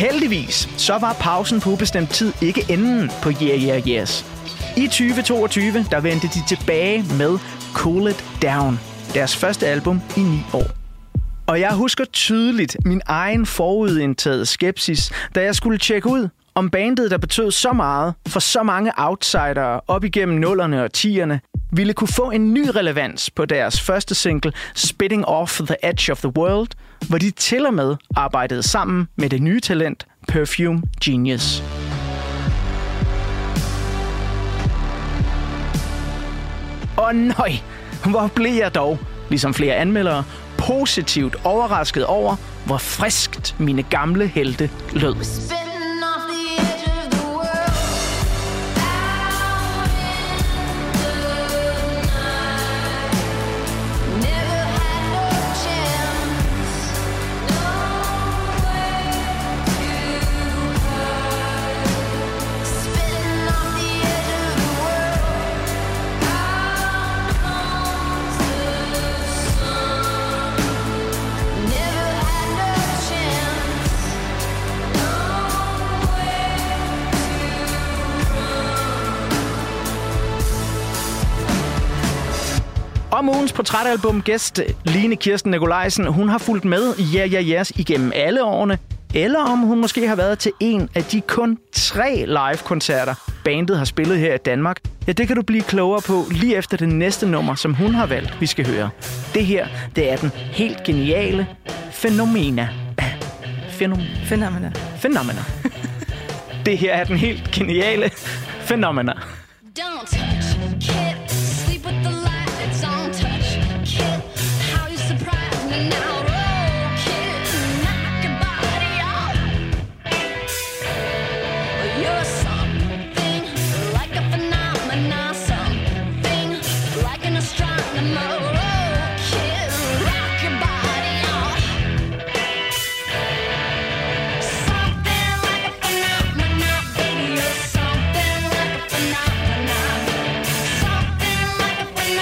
Heldigvis så var pausen på ubestemt tid ikke enden på Yeah Yeah Yeahs. I tyve toogtyve der vendte de tilbage med Cool It Down, deres første album i ni år. Og jeg husker tydeligt min egen forudindtaget skepsis, da jeg skulle tjekke ud, om bandet, der betød så meget for så mange outsidere op igennem nullerne og tierne, ville kunne få en ny relevans på deres første single, Spitting Off the Edge of the World, hvor de til og med arbejdede sammen med det nye talent, Perfume Genius. Og nøj, hvor blev jeg dog, ligesom flere anmeldere, positivt overrasket over, hvor friskt mine gamle helte lød. Om ugens portrætalbum gæst Line Kirsten Nikolajsen, hun har fulgt med i Yeah Yeah Yeahs igennem alle årene, eller om hun måske har været til en af de kun tre live-koncerter, bandet har spillet her i Danmark. Ja, det kan du blive klogere på lige efter det næste nummer, som hun har valgt, vi skal høre. Det her, det er den helt geniale Phenomena. Phenom- Phenomena. Phenomena. Det her er den helt geniale Phenomena. Don't touch, kid. Sleep with the lights on. Touch, kid. How you surprise me now. Roll, kid. Knock your body off. You're something like a phenomenon. Something like an astronomer. Roll, kid. Rock your body off. Something like a phenomenon, baby. You're something like a phenomenon. Something like a phenomenon.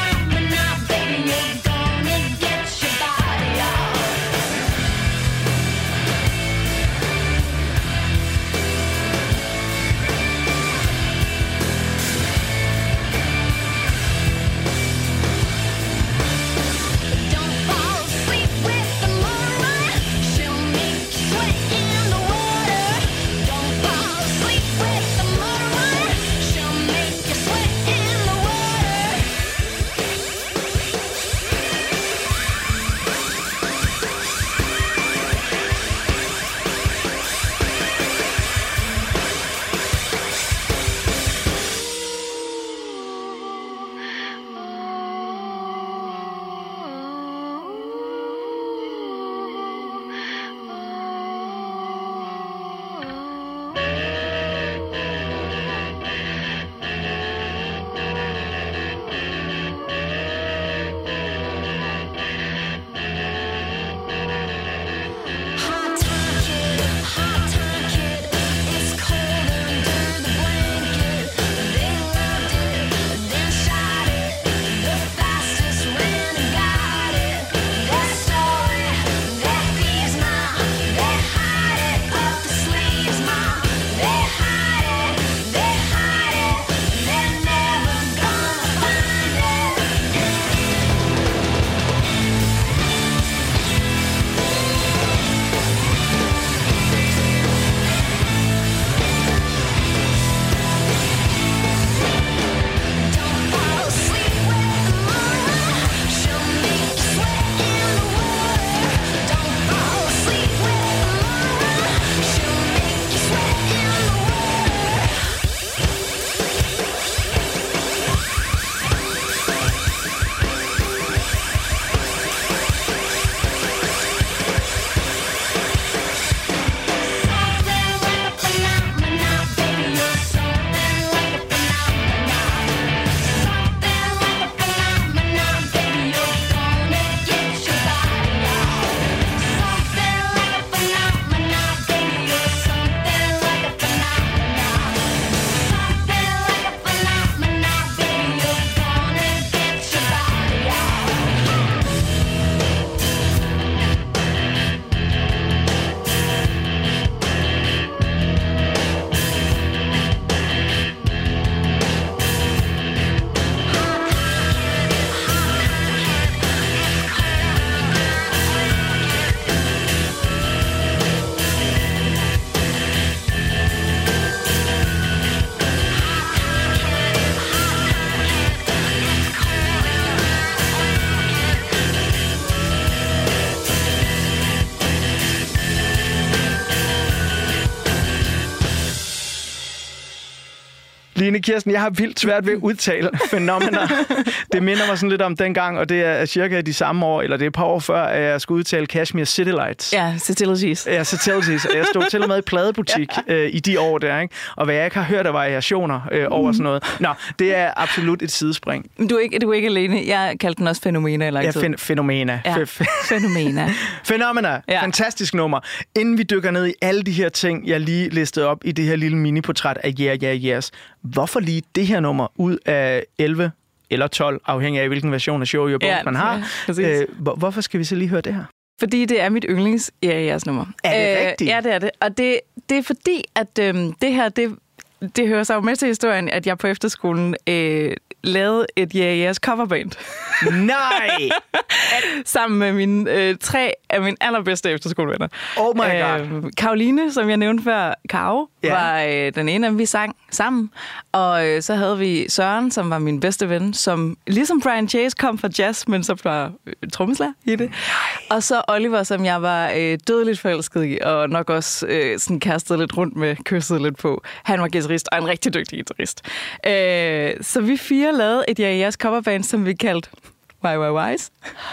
Line Kirsten, jeg har vildt svært ved at udtale fænomener. Det minder mig sådan lidt om dengang, og det er cirka de samme år, eller det er et par år før, at jeg skulle udtale Kashmir City Lights. Ja, Satilities. Ja, Satilities. Jeg stod til og med i pladebutik ja. øh, i de år der, ikke? Og hvad jeg ikke har hørt af variationer øh, over sådan noget. Nå, det er absolut et sidespring. Du er ikke, du er ikke alene. Jeg kaldte den også Fænomena i lang tid. Ja, fen- Fænomena. Ja, Fænomena. Fænomena. Ja. Fantastisk nummer. Inden vi dykker ned i alle de her ting, jeg lige listede op i det her lille mini-portræt af Yeah, Yeah, Yes. Hvorfor lige det her nummer ud af elleve eller tolv, afhængig af hvilken version af Show Your Bones ja, man har? Ja, øh, hvor, hvorfor skal vi så lige høre det her? Fordi det er mit yndlings Yeah, Yes nummer. Er det øh, rigtigt? Ja, det er det. Og det, det er fordi, at øh, det her, det, det hører sig jo med til historien, at jeg på efterskolen øh, lavede et Yeah, Yes coverband. Nej! Sammen med mine øh, tre af mine allerbedste efterskolevenner. Oh my god. Øh, Karoline, som jeg nævnte før, Karo, ja. var øh, den ene af dem, vi sang sammen. Og øh, så havde vi Søren, som var min bedste ven, som ligesom Brian Chase kom fra jazz, men så var øh, trommeslager i det. Og så Oliver, som jeg var øh, dødeligt forelsket i, og nok også øh, sådan kastede lidt rundt med, kyssede lidt på. Han var guitarist, og en rigtig dygtig guitarist. Øh, så vi fire lavede et Yeah, Yes coverband, som vi kaldte Why, why, why's?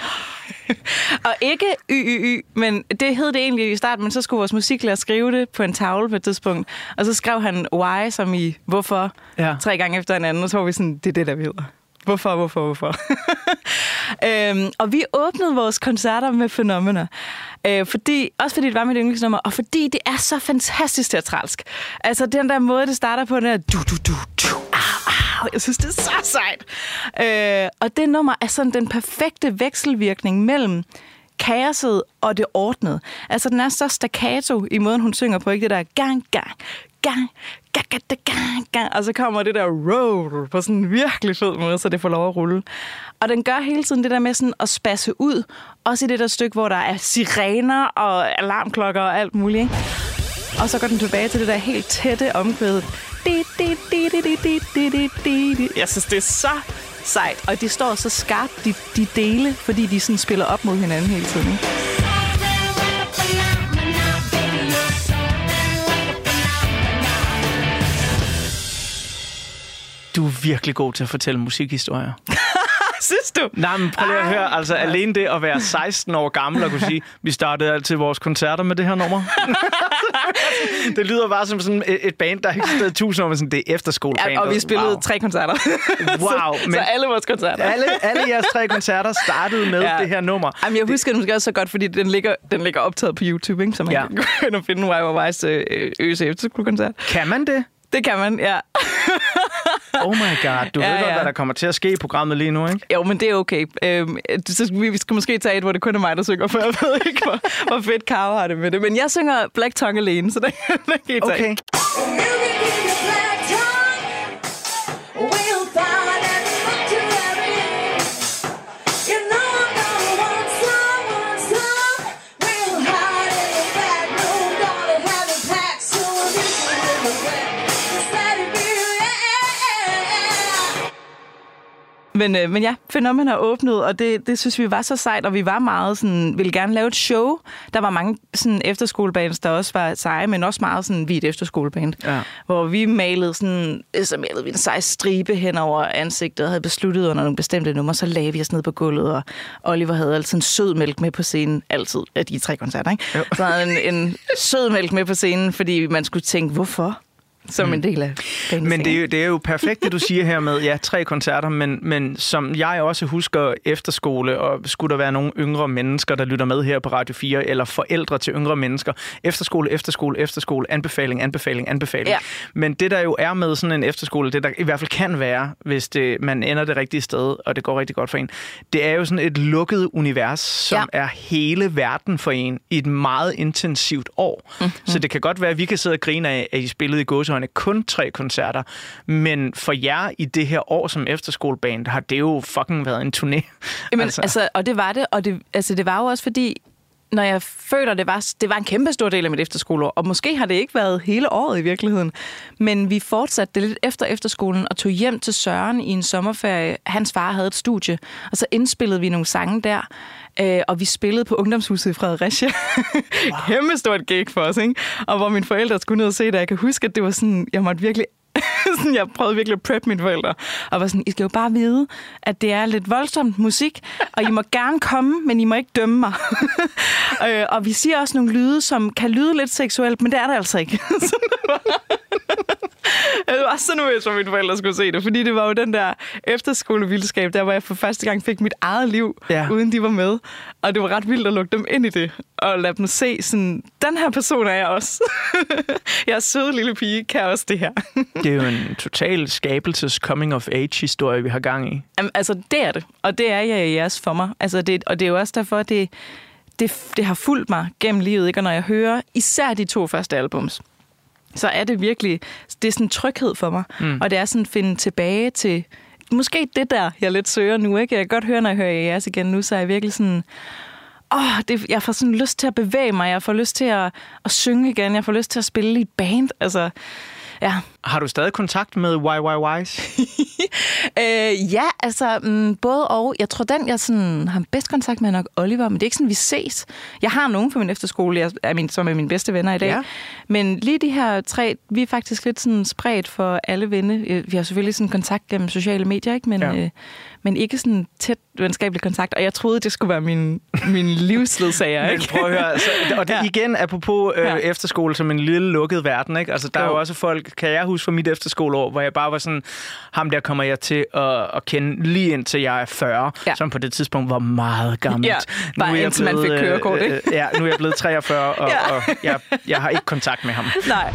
Og ikke y, y, y, men det hed det egentlig i starten, men så skulle vores musiklærer skrive det på en tavle på et tidspunkt. Og så skrev han why, som i hvorfor, ja. tre gange efter hinanden, og så var vi sådan, det er det, der vi hedder. Hvorfor, hvorfor, hvorfor? øhm, og vi åbnede vores koncerter med Fænomena. Øh, fordi, også fordi det var mit yndlingsnummer, og fordi det er så fantastisk teatralsk. Altså den der måde, det starter på, den der du, du, du, du, au, au. Jeg synes, det er så sejt. Øh, og det nummer er sådan den perfekte vekselvirkning mellem kaoset og det ordnede. Altså den er så staccato i måden, hun synger på, ikke det der gang, gang, gang, gang, gang, gang, gang, og så kommer det der roll på sådan en virkelig fed måde, så det får lov at rulle. Og den gør hele tiden det der med sådan at spasse ud, også i det der stykke, hvor der er sirener og alarmklokker og alt muligt, ikke? Og så går den tilbage til det der helt tætte omkvæd. Jeg synes, det er så sejt, og de står så skarpt, de, de dele, fordi de sådan spiller op mod hinanden hele tiden, ikke? Du er virkelig god til at fortælle musikhistorier. Synes du? Nej, men prøv lige at høre. Altså, alene det at være seksten år gammel og kunne sige, vi startede altid vores koncerter med det her nummer. Det lyder bare som sådan et, et band, der har eksisteret tusind år, men sådan, det er efterskoleband. Ja, og vi spillede wow. tre koncerter. Wow. så, men så alle vores koncerter. Alle, alle jeres tre koncerter startede med ja. det her nummer. Jamen, jeg husker det måske også så godt, fordi den ligger, den ligger optaget på YouTube, ikke? Så man ja. kan gå ind og finde Why, Why, Why's Øse efterskolekoncert. Kan man det? Det kan man, ja. Oh my god, du ja, ved godt, ja. hvad der kommer til at ske i programmet lige nu, ikke? Jo, men det er okay. Øhm, så vi skal måske tage et, hvor det kun er mig, der synger, for jeg ved ikke, hvor, hvor fedt Karo har det med det. Men jeg synger Black Tongue alene, så det, det kan I tage. Okay. Men, øh, men ja, Fænomena åbnede, og det, det synes vi var så sejt, og vi var meget sådan, ville gerne lave et show. Der var mange sådan efterskolebands, der også var seje, men også meget sådan, vi et efterskoleband. Ja. Hvor vi malede sådan, så malede vi en sej stribe hen over ansigtet, og havde besluttet under nogle bestemte numre, så lagde vi os ned på gulvet, og Oliver havde altid en sødmælk med på scenen, altid af de tre koncerter, ikke? Jo. Så havde en, en sødmælk med på scenen, fordi man skulle tænke, hvorfor? Som mm. en del af banen. Men det er, jo, det er jo perfekt, det du siger her med, ja, tre koncerter, men, men som jeg også husker efterskole, og skulle der være nogle yngre mennesker, der lytter med her på Radio fire, eller forældre til yngre mennesker, efterskole, efterskole, efterskole, anbefaling, anbefaling, anbefaling. Ja. Men det der jo er med sådan en efterskole, det der i hvert fald kan være, hvis det, man ender det rigtige sted, og det går rigtig godt for en, det er jo sådan et lukket univers, som ja. er hele verden for en i et meget intensivt år. Mm-hmm. Så det kan godt være, at vi kan sidde og grine af, at I spillede i gåsehøjne kun tre koncerter, men for jer i det her år som efterskoleband, har det jo fucking været en turné. Jamen, altså. altså, og det var det, og det, altså, det var jo også fordi, når jeg føler, det var, det var en kæmpe stor del af mit efterskoleår, og måske har det ikke været hele året i virkeligheden, men vi fortsatte det lidt efter efterskolen og tog hjem til Søren i en sommerferie. Hans far havde et studie, og så indspillede vi nogle sange der, øh, og vi spillede på Ungdomshuset i Fredericia. Wow. Kæmpe stort gig for os, ikke? Og hvor mine forældre skulle ned og se det, jeg kan huske, at det var sådan, jeg måtte virkelig sådan, jeg prøvede virkelig at preppe mine forældre. Og var sådan, I skal jo bare vide, at det er lidt voldsomt musik, og I må gerne komme, men I må ikke dømme mig. øh, og vi siger også nogle lyde, som kan lyde lidt seksuelt, men det er det altså ikke. Jeg var så nervøs, for mine forældre skulle se det, fordi det var jo den der efterskolevildskab, der hvor jeg for første gang fik mit eget liv, ja. uden de var med. Og det var ret vildt at lukke dem ind i det, og lade dem se sådan, den her person er jeg også. Jeg er sød lille pige, kan også det her. Det er jo en total skabelses coming-of-age-historie, vi har gang i. Jamen, altså, det er det, og det er jeg i jeres for mig. Altså, det, og det er jo også derfor, det, det, det har fulgt mig gennem livet, ikke? Og når jeg hører især de to første albums, så er det virkelig, det er sådan en tryghed for mig. Mm. Og det er sådan at finde tilbage til, måske det der, jeg lidt søger nu, ikke? Jeg kan godt høre, når jeg hører jeres igen nu, så er jeg virkelig sådan, åh, det, jeg får sådan lyst til at bevæge mig, jeg får lyst til at, at synge igen, jeg får lyst til at spille i et band, altså, ja. Har du stadig kontakt med Y Y Ys? øh, ja, altså mm, både og. Jeg tror, den jeg sådan, har bedst kontakt med er nok Oliver, men det er ikke sådan, vi ses. Jeg har nogen fra min efterskole, jeg er min, som er mine bedste venner i dag. Ja. Men lige de her tre, vi er faktisk lidt sådan spredt for alle venner. Vi har selvfølgelig sådan kontakt gennem sociale medier, ikke? Men, ja. øh, men ikke sådan tæt venskabelig kontakt. Og jeg troede, det skulle være min, min livsledsager, ikke? Men prøv at høre, så, og det, ja. igen, apropos øh, ja. efterskole som en lille lukket verden, ikke? Altså, der jo. er jo også folk, kan jeg huske fra mit efterskoleår, hvor jeg bare var sådan, ham der kommer jeg til at, at kende lige indtil jeg er fyrre, ja. som på det tidspunkt var meget gammelt. Ja, bare nu indtil blevet, man fik kørekort, ikke? Øh, ja, nu er jeg blevet treogfyrre, og, ja. og jeg, jeg har ikke kontakt med ham. Nej.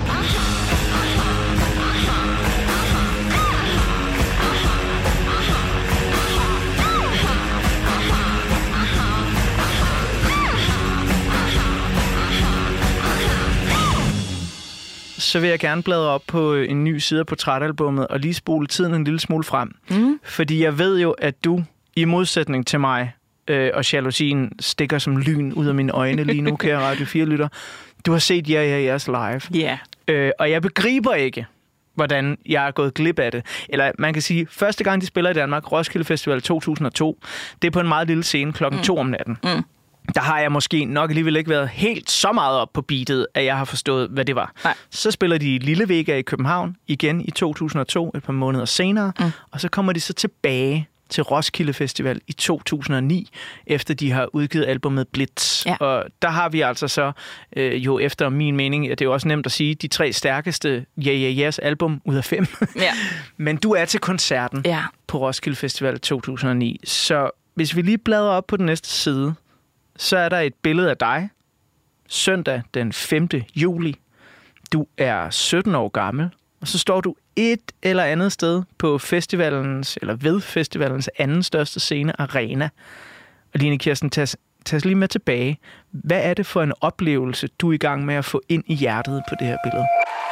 Så vil jeg gerne bladre op på en ny side af portrætalbummet og lige spole tiden en lille smule frem. Mm. Fordi jeg ved jo, at du, i modsætning til mig, øh, og jalousien stikker som lyn ud af mine øjne lige nu, kære Radio fire-lytter, du har set Ja Ja Jeres live. Ja. Yeah. Øh, og jeg begriber ikke, hvordan jeg er gået glip af det. Eller man kan sige, første gang de spiller i Danmark, Roskilde Festival to tusind og to, det er på en meget lille scene klokken mm. to om natten. Mm. Der har jeg måske nok alligevel ikke været helt så meget op på beatet, at jeg har forstået, hvad det var. Nej. Så spiller de Lille Vega i København igen i to tusind og to, et par måneder senere. Mm. Og så kommer de så tilbage til Roskilde Festival i to tusind og ni, efter de har udgivet albumet Blitz. Ja. Og der har vi altså så, øh, jo efter min mening, det er jo også nemt at sige, de tre stærkeste Ja Ja Jeres album ud af fem. Ja. Men du er til koncerten ja. på Roskilde Festival to tusind og ni. Så hvis vi lige bladrer op på den næste side, så er der et billede af dig, søndag den femte juli. Du er sytten år gammel, og så står du et eller andet sted på festivalens, eller ved festivalens anden største scene, Arena. Og Line Kirsten, tag, tag os lige med tilbage. Hvad er det for en oplevelse, du er i gang med at få ind i hjertet på det her billede?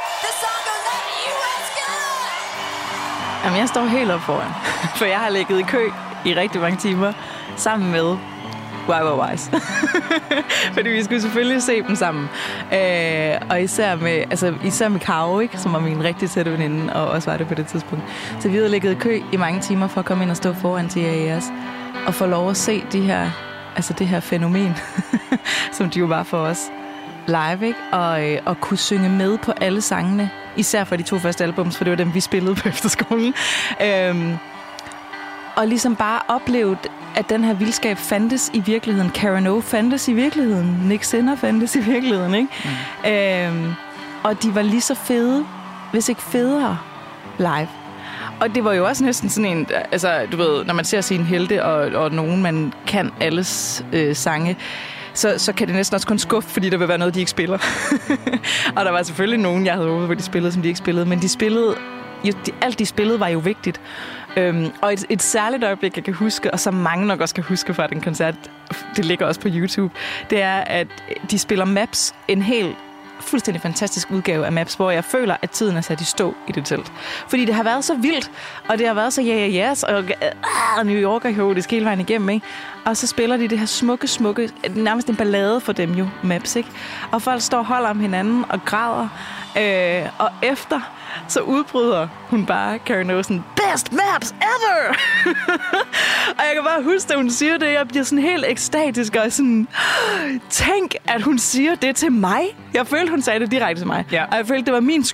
Jamen, jeg står helt op foran, for jeg har ligget i kø i rigtig mange timer sammen med Y Y Ys. Fordi vi skulle selvfølgelig se dem sammen. Øh, og især med, altså, især med Karo, ikke? Som var min rigtig tætte veninde, og også var det på det tidspunkt. Så vi havde ligget i kø i mange timer for at komme ind og stå foran til Ja Ja Jeres. Og få lov at se de her, altså det her fænomen, som de jo var for os live, ikke? Og, øh, og kunne synge med på alle sangene. Især for de to første albums, for det var dem, vi spillede på efterskolen. Øh, og ligesom bare oplevet, at den her vildskab fandtes i virkeligheden. Karen O fandtes i virkeligheden. Nick Sinner fandtes i virkeligheden, ikke? Mm. Øhm, og de var lige så fede, hvis ikke federe, live. Og det var jo også næsten sådan en, altså du ved, når man ser sine helte, og, og nogen, man kan alles øh, sange, så, så kan det næsten også kun skuffe, fordi der vil være noget, de ikke spiller. Og der var selvfølgelig nogen, jeg havde håbet, hvor de spillede, som de ikke spillede, men de spillede, jo, de, alt de spillede var jo vigtigt. Øhm, og et, et særligt øjeblik, jeg kan huske, og som mange nok også kan huske fra den koncert, det ligger også på YouTube, det er, at de spiller Maps, en helt fuldstændig fantastisk udgave af Maps, hvor jeg føler, at tiden er sat i stå i det telt. Fordi det har været så vildt, og det har været så Ja Ja Jeres, og uh, New Yorker kaotisk hele vejen igennem, ikke? Og så spiller de det her smukke, smukke, nærmest en ballade for dem jo, Maps, ikke? Og folk står og holder om hinanden og græder, øh, og efter så udbryder hun bare, Karen O, sådan, best maps ever! Og jeg kan bare huske, at hun siger det, jeg bliver sådan helt ekstatisk, og sådan, tænk, at hun siger det til mig. Jeg følte, hun sagde det direkte til mig. Ja. Og jeg følte, det var min skyld,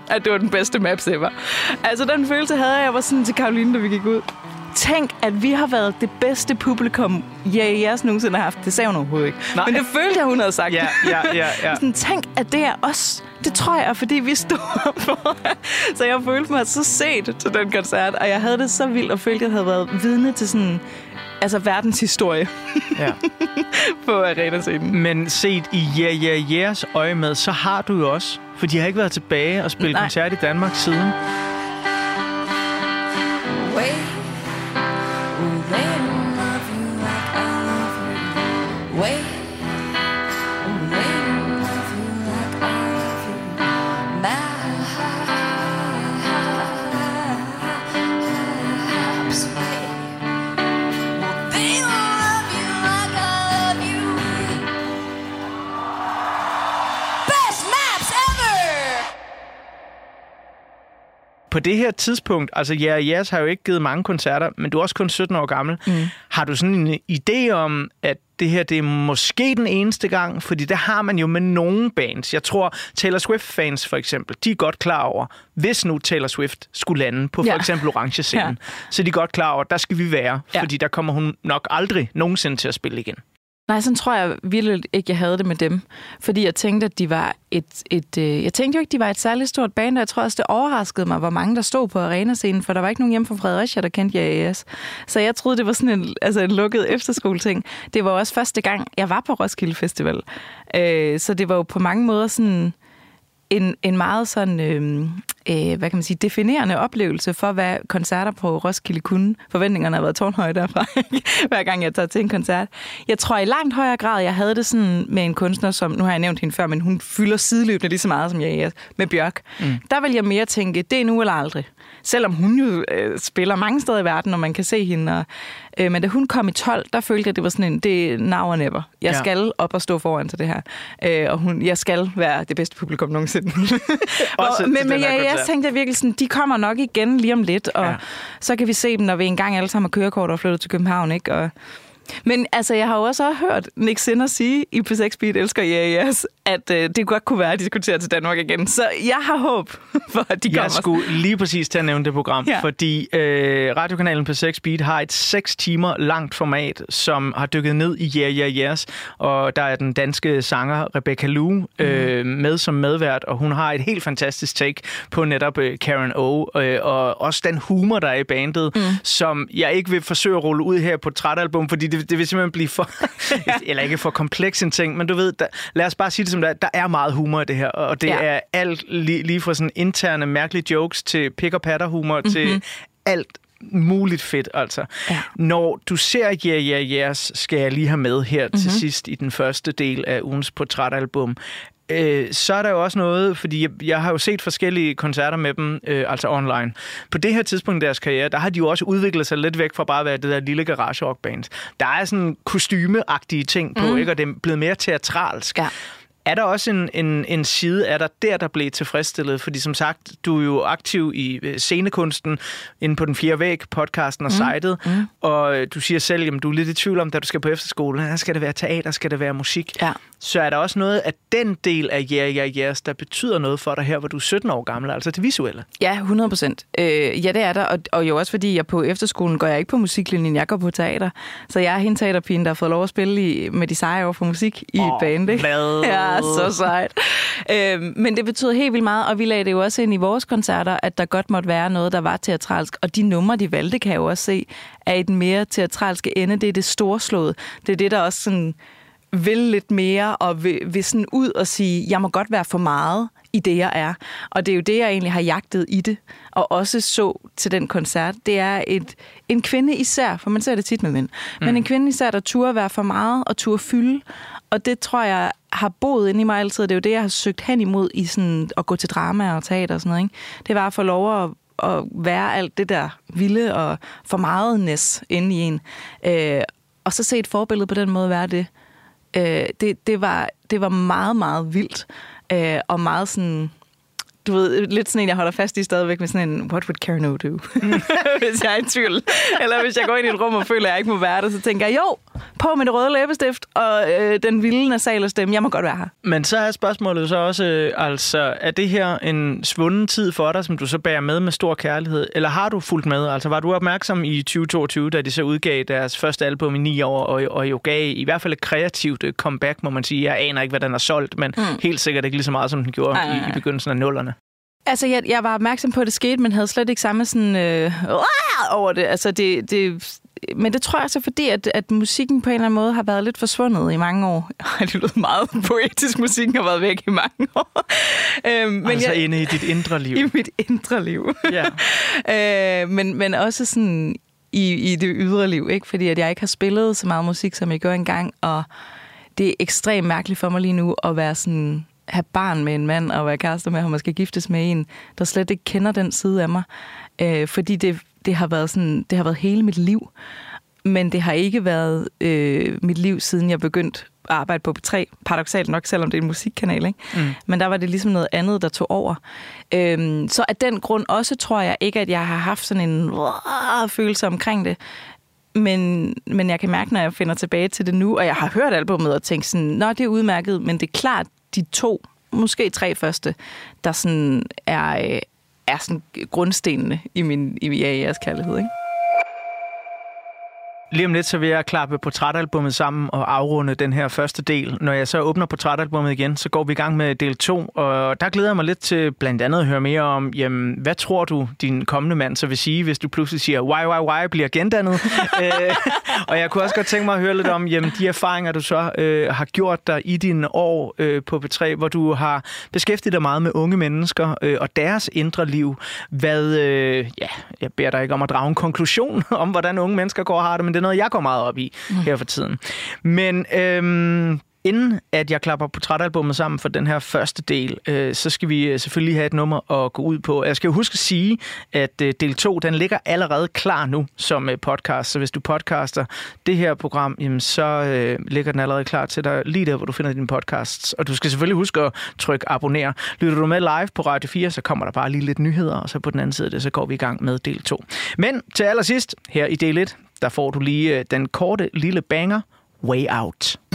at det var den bedste Maps ever. Altså, den følelse havde jeg, jeg var sådan til Karoline, da vi gik ud. Tænk, at vi har været det bedste publikum, ja, jeres nogensinde har haft. Det sagde hun overhovedet ikke. Nej. Men det følte jeg, hun havde sagt. Ja, ja, ja, ja. Sådan, tænk, at det er os. Det tror jeg, fordi vi stod for. Så jeg følte mig så set til den koncert, og jeg havde det så vildt, og følte, at jeg havde været vidne til sådan, altså verdenshistorie ja. på arenascenen. Men set i ja, ja, jeres øje med, så har du jo også, for de har ikke været tilbage og spille koncert i Danmark siden. Wait, they don't love you like I love you. Wait, they don't love you like I love you. Maps, wait. Well, they don't love you like I love you. Best Maps ever! På det her tidspunkt, altså ja, jeres har jo ikke givet mange koncerter, men du er også kun sytten år gammel. Mm. Har du sådan en idé om, at det her det er måske den eneste gang? Fordi det har man jo med nogle bands. Jeg tror, Taylor Swift-fans for eksempel, de er godt klar over, hvis nu Taylor Swift skulle lande på for ja. eksempel Orange-scenen, ja. så er de godt klar over, at der skal vi være, ja. fordi der kommer hun nok aldrig nogensinde til at spille igen. Nej, sådan tror jeg virkelig ikke, jeg havde det med dem. Fordi jeg tænkte, at de var et... et øh, jeg tænkte jo ikke, de var et særligt stort band, og jeg tror også, det overraskede mig, hvor mange der stod på arenascenen, for der var ikke nogen hjemme fra Fredericia, der kendte Ja Ja Yes. Så jeg troede, det var sådan en, altså en lukket efterskoleting. Det var også første gang, jeg var på Roskilde Festival. Øh, så det var jo på mange måder sådan en, en meget sådan... Øh, Øh, hvad kan man sige, definerende oplevelse for, hvad koncerter på Roskilde kunne. Forventningerne har været tårnhøje derfra, hver gang jeg tager til en koncert. Jeg tror i langt højere grad, jeg havde det sådan med en kunstner, som, nu har jeg nævnt hende før, men hun fylder sideløbende lige så meget, som jeg er med Bjørk. Mm. Der vil jeg mere tænke, det er nu eller aldrig. Selvom hun jo øh, spiller mange steder i verden, og man kan se hende. Og, øh, men da hun kom i tolv, der følte jeg, at det var sådan en, det er now or never. Jeg ja. skal op og stå foran til det her. Øh, og hun, jeg skal være det bedste publikum nogensinde. Også og, men men jeg, jeg tænkte virkelig sådan, de kommer nok igen lige om lidt, og ja. så kan vi se dem, når vi engang alle sammen har kørekort og flyttet til København, ikke? Og men altså, jeg har jo også hørt Nick Sinner sige i P seks Beat elsker Ja Ja Yes, at øh, det godt kunne være, at de skulle til Danmark igen. Så jeg har håb for, at de kommer. Jeg skulle lige præcis til at nævne det program, ja. fordi øh, radiokanalen P seks Beat har et seks timer langt format, som har dykket ned i Ja Ja Yes, og der er den danske sanger Rebecca Lou øh, mm. med som medvært, og hun har et helt fantastisk take på netop øh, Karen O, øh, og også den humor, der er i bandet, mm. som jeg ikke vil forsøge at rulle ud her på et trætalbum, fordi det, det vil simpelthen blive for, eller ikke for kompleks en ting, men du ved, der, lad os bare sige det som det er, der er meget humor i det her, og det ja. er alt lige, lige fra sådan interne mærkelige jokes til pick og patter humor mm-hmm. til alt muligt fedt, altså. Ja. Når du ser Ja Ja Yes, skal jeg lige have med her mm-hmm. til sidst i den første del af ugens portrætalbum. Øh, så er der jo også noget, fordi jeg, jeg har jo set forskellige koncerter med dem, øh, altså online. På det her tidspunkt i deres karriere, der har de jo også udviklet sig lidt væk fra bare at være det der lille garage-rock-band. Der er sådan kostymeagtige ting på, mm. ikke? Og det er blevet mere teatralsk. Ja. Er der også en, en, en side af dig der, der blev tilfredsstillet? Fordi som sagt, du er jo aktiv i scenekunsten inde på Den Fjerde Væg, podcasten og mm. sitet, mm. og du siger selv, at du er lidt i tvivl om, da du skal på efterskole. Skal det være teater? Skal det være musik? Ja. Så er der også noget af den del af Ja Ja Yes, der betyder noget for dig her, hvor du er sytten år gammel, altså det visuelle. Ja, hundrede procent. Øh, ja, det er der, og, og jo også fordi, jeg på efterskolen går jeg ikke på musiklinjen, jeg går på teater. Så jeg er hende teaterpigen, der har fået lov at spille i, med de seje år for musik i oh, et band, ikke? Hvad? Ja, så sejt. øh, men det betyder helt vildt meget, og vi lagde det jo også ind i vores koncerter, at der godt måtte være noget, der var teatralsk. Og de numre, de valgte, kan jeg jo også se, er i den mere teatralske ende. Det er det storslåede. Det er det, der også sådan vil lidt mere, og vil, vil sådan ud og sige, jeg må godt være for meget i det, jeg er. Og det er jo det, jeg egentlig har jagtet i det, og også så til den koncert. Det er et, en kvinde især, for man ser det tit med mænd, mm. men en kvinde især, der turde være for meget og turde fylde. Og det tror jeg har boet inde i mig altid. Det er jo det, jeg har søgt hen imod i sådan at gå til drama og teater og sådan noget, ikke? Det var at få lov at at være alt det der vilde og for meget-næs inde i en. Øh, og så se et forbillede på den måde være det. Øh, det, det, var, det var meget, meget vildt. Øh, og meget sådan, du ved, lidt sådan en, jeg holder fast i stadigvæk med sådan en, what would Karen O do? Hvis jeg er i tvivl. Eller hvis jeg går ind i et rum og føler, at jeg ikke må være der, så tænker jeg, jo, på med det røde læbestift og øh, den vilde nasale stemme. Jeg må godt være her. Men så er spørgsmålet så også, øh, altså, er det her en svunden tid for dig, som du så bærer med med stor kærlighed? Eller har du fulgt med? Altså, var du opmærksom i tyve toogtyve, da de så udgav deres første album i ni år, og, og jo gav i hvert fald et kreativt comeback, må man sige. Jeg aner ikke, hvad den har solgt, men mm. helt sikkert ikke lige så meget, som den gjorde ej, ej, ej. I, i begyndelsen af nullerne. Altså, jeg, jeg var opmærksom på, at det skete, men havde slet ikke samme sådan øh, over det. Altså, det, det, men det tror jeg så fordi, at, at musikken på en eller anden måde har været lidt forsvundet i mange år. Det lyder meget poetisk. Musikken har været væk i mange år. øhm, men altså jeg, inde i dit indre liv. I mit indre liv. Yeah. øh, men, men også sådan i, i det ydre liv, ikke? Fordi at jeg ikke har spillet så meget musik, som jeg gjorde engang, og det er ekstremt mærkeligt for mig lige nu at være sådan... have barn med en mand og være kærester med ham og skal giftes med en, der slet ikke kender den side af mig. Øh, fordi det, det, har været sådan, det har været hele mit liv. Men det har ikke været øh, mit liv, siden jeg begyndte at arbejde på P tre. Paradoksalt nok, selvom det er en musikkanal. Ikke? Mm. Men der var det ligesom noget andet, der tog over. Øh, så af den grund også tror jeg ikke, at jeg har haft sådan en uh, følelse omkring det. Men, men jeg kan mærke, når jeg finder tilbage til det nu, og jeg har hørt albumet og tænkt sådan, nå, det er udmærket, men det er klart, de to, måske tre første, der sådan er, er sådan grundstenene i min i jeres kærlighed, ikke? Lige om lidt, så vil jeg klappe portrætalbummet sammen og afrunde den her første del. Når jeg så åbner portrætalbummet igen, så går vi i gang med del to, og der glæder jeg mig lidt til blandt andet at høre mere om, jamen, hvad tror du, din kommende mand så vil sige, hvis du pludselig siger, why, why, why, bliver gendannet? øh, og jeg kunne også godt tænke mig at høre lidt om, jamen, de erfaringer, du så øh, har gjort dig i dine år øh, på P tre, hvor du har beskæftiget dig meget med unge mennesker øh, og deres indre liv. Hvad, øh, ja, jeg beder dig ikke om at drage en konklusion om, hvordan unge mennesker går og har det, men det er noget, jeg går meget op i mm. her for tiden. Men øhm, inden at jeg klapper portrætalbummet sammen for den her første del, øh, så skal vi selvfølgelig have et nummer at gå ud på. Jeg skal jo huske at sige, at øh, del to, den ligger allerede klar nu som øh, podcast, så hvis du podcaster det her program, jamen, så øh, ligger den allerede klar til dig lige der, hvor du finder dine podcasts. Og du skal selvfølgelig huske at trykke abonner. Lytter du med live på Radio fire, så kommer der bare lige lidt nyheder, og så på den anden side af det, så går vi i gang med del to. Men til allersidst, her i del et, der får du lige den korte lille banger, Way Out.